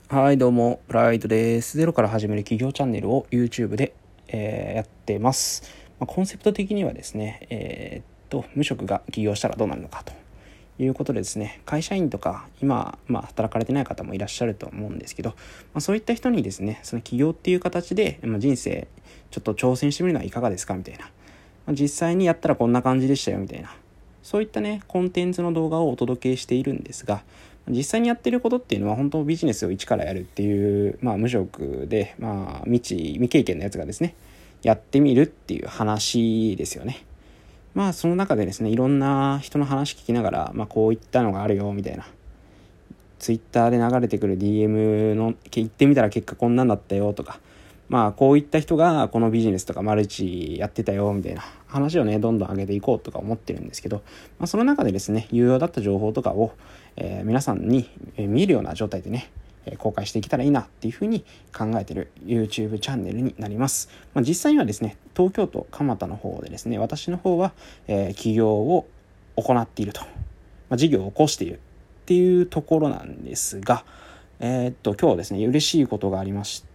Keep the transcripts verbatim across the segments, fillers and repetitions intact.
はい、どうも、プライドです。ゼロから始める企業チャンネルを YouTube で、えーやってます。まあ、コンセプト的にはですね、えーっと、無職が起業したらどうなるのかということでですね、会社員とか、今、まあ、働かれてない方もいらっしゃると思うんですけど、まあ、そういった人にですね、その起業っていう形で、まあ、人生、ちょっと挑戦してみるのはいかがですかみたいな。まあ、実際にやったらこんな感じでしたよみたいな。そういったね、コンテンツの動画をお届けしているんですが、実際にやってることっていうのは本当ビジネスを一からやるっていう、まあ無職で、まあ未知、未経験のやつがですね、やってみるっていう話ですよね。まあその中でですね、いろんな人の話聞きながら、まあこういったのがあるよみたいな。ツイッターで流れてくる ディーエム の言ってみたら結果こんなんだったよとか、まあこういった人がこのビジネスとかマルチやってたよみたいな話をねどんどん上げていこうとか思ってるんですけど、まあ、その中でですね有用だった情報とかを、えー皆さんに見えるような状態でね公開していけたらいいなっていうふうに考えている YouTube チャンネルになります。まあ、実際にはですね東京都蒲田の方でですね私の方は、えー起業を行っていると、まあ、事業を起こしているっていうところなんですが、えー、っと今日はですね嬉しいことがありまして、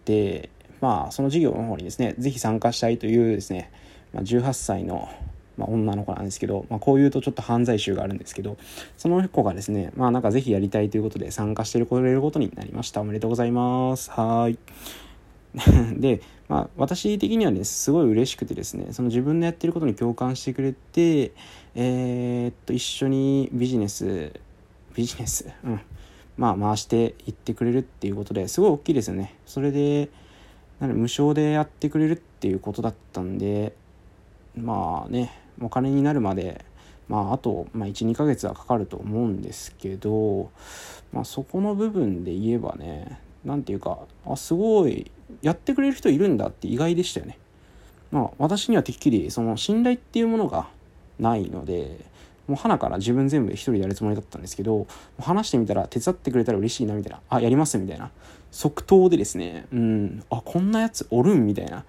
まあその事業の方にですねぜひ参加したいというですね、まあ、じゅうはっさいの、まあ、女の子なんですけど、まあ、こういうとちょっと犯罪集があるんですけど、その子がですねまあなんかぜひやりたいということで参加してくれることになりました。おめでとうございます。はい。で、まあ、私的にはねすごい嬉しくてですね、その自分のやってることに共感してくれて、えー、っと一緒にビジネスビジネス、うん、まあ回していってくれるっていうことですごい大きいですよね。それでなんで無償でやってくれるっていうことだったんで、まあねお金になるまでまああと、まあ、いちにかげつはかかると思うんですけど、まあ、そこの部分で言えばねなんていうかあすごいやってくれる人いるんだって意外でしたよね。まあ私にはてっきりその信頼っていうものがないので、もう花から自分全部一人でやるつもりだったんですけど、話してみたら手伝ってくれたら嬉しいなみたいな、あやりますみたいな即答でですね、うんあこんなやつおるんみたいな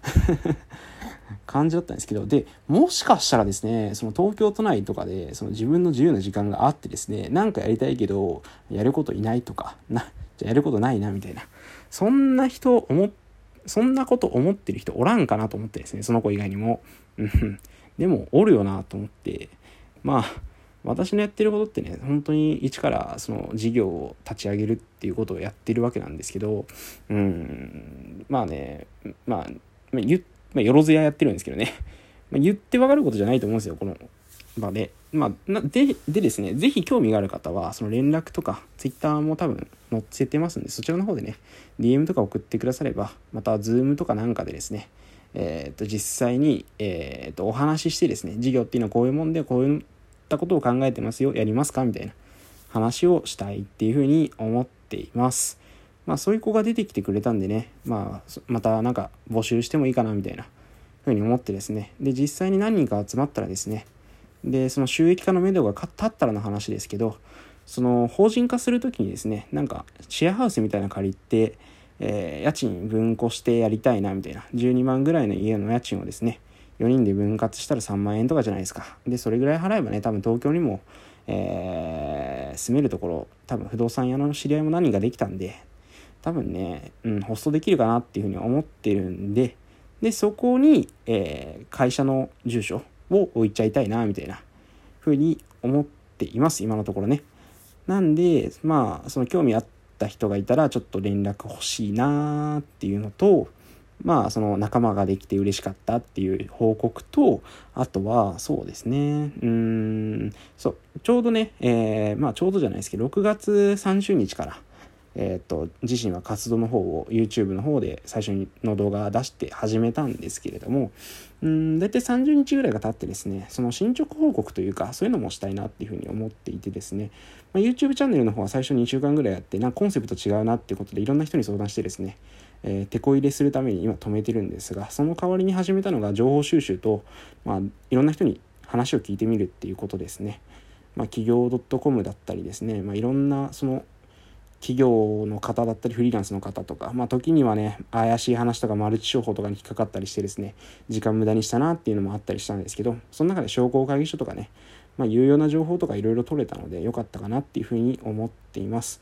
感じだったんですけど、でもしかしたらですねその東京都内とかでその自分の自由な時間があってですねなんかやりたいけどやることいないとかなじゃやることないなみたいな、そんな人思そんなこと思ってる人おらんかなと思ってですね、その子以外にもでもおるよなと思って、まあ私のやってることってね本当に一からその事業を立ち上げるっていうことをやってるわけなんですけど、うんまあねまあ言っまあ、よろずややってるんですけどね、まあ、言ってわかることじゃないと思うんですよこの場で。まあ、なででですねぜひ興味がある方はその連絡とかツイッターも多分載せてますんで、そちらの方でね ディーエム とか送ってくだされば、また Zoom とかなんかでですねえっと実際に、えっとお話ししてですね、事業っていうのはこういうもんでこういったことを考えてますよ、やりますかみたいな話をしたいっていうふうに思っています。まあそういう子が出てきてくれたんでね、まあまたなんか募集してもいいかなみたいなふうに思ってですね、で実際に何人か集まったらですね、でその収益化の目処が立ったらの話ですけど、その法人化するときにですねなんかシェアハウスみたいな借りて、えー、家賃分戸してやりたいなみたいな、じゅうにまんぐらいの家の家賃をですねよにんで分割したらさんまんえんとかじゃないですか。でそれぐらい払えばね多分東京にも、えー、住めるところ多分不動産屋の知り合いも何人かできたんで多分ね、うん、ホストできるかなっていうふうに思ってるんで、でそこに、えー、会社の住所を置いちゃいたいなみたいなふうに思っています今のところね。なんでまあその興味あった人がいたらちょっと連絡欲しいなっていうのと、まあその仲間ができて嬉しかったっていう報告と、あとはそうですねうーんそうちょうどね、えー、まあちょうどじゃないですけどろくがつさんじゅうにちからえー、と自身は活動の方を YouTube の方で最初の動画出して始めたんですけれども、うんだいたいさんじゅうにちぐらいが経ってですねその進捗報告というかそういうのもしたいなっていうふうに思っていてですね、まあ、YouTube チャンネルの方は最初にしゅうかんぐらいやってなんかコンセプト違うなっていうことでいろんな人に相談してですね、えー、手こ入れするために今止めてるんですが、その代わりに始めたのが情報収集と、まあ、いろんな人に話を聞いてみるっていうことですね。まあ、企業 .com だったりですね、まあ、いろんなその企業の方だったりフリーランスの方とか、まあ時にはね怪しい話とかマルチ商法とかに引っかかったりしてですね時間無駄にしたなっていうのもあったりしたんですけど、その中で商工会議所とかね、まあ、有用な情報とかいろいろ取れたので良かったかなっていうふうに思っています。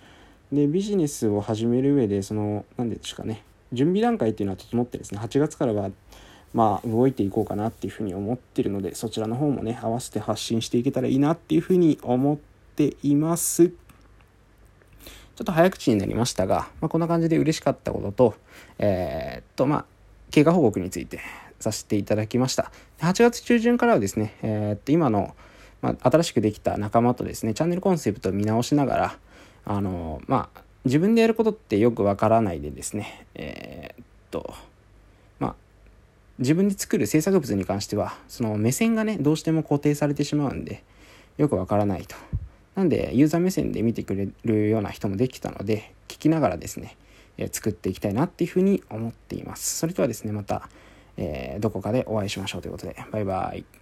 でビジネスを始める上でその何ですかね、準備段階っていうのは整ってですね、はちがつからはまあ動いていこうかなっていうふうに思ってるので、そちらの方もね合わせて発信していけたらいいなっていうふうに思っています。ちょっと早口になりましたが、まあ、こんな感じで嬉しかったことと、えー、っとまあ経過報告についてさせていただきました。はちがつ中旬からはですね、えー、っと今の、まあ、新しくできた仲間とですね、チャンネルコンセプトを見直しながら、あのまあ自分でやることってよくわからないでですね、えー、っとまあ自分で作る制作物に関してはその目線がねどうしても固定されてしまうんでよくわからないと。なんでユーザー目線で見てくれるような人もできたので、聞きながらですね、えー、作っていきたいなっていうふうに思っています。それではですね、また、えー、どこかでお会いしましょうということで、バイバイ。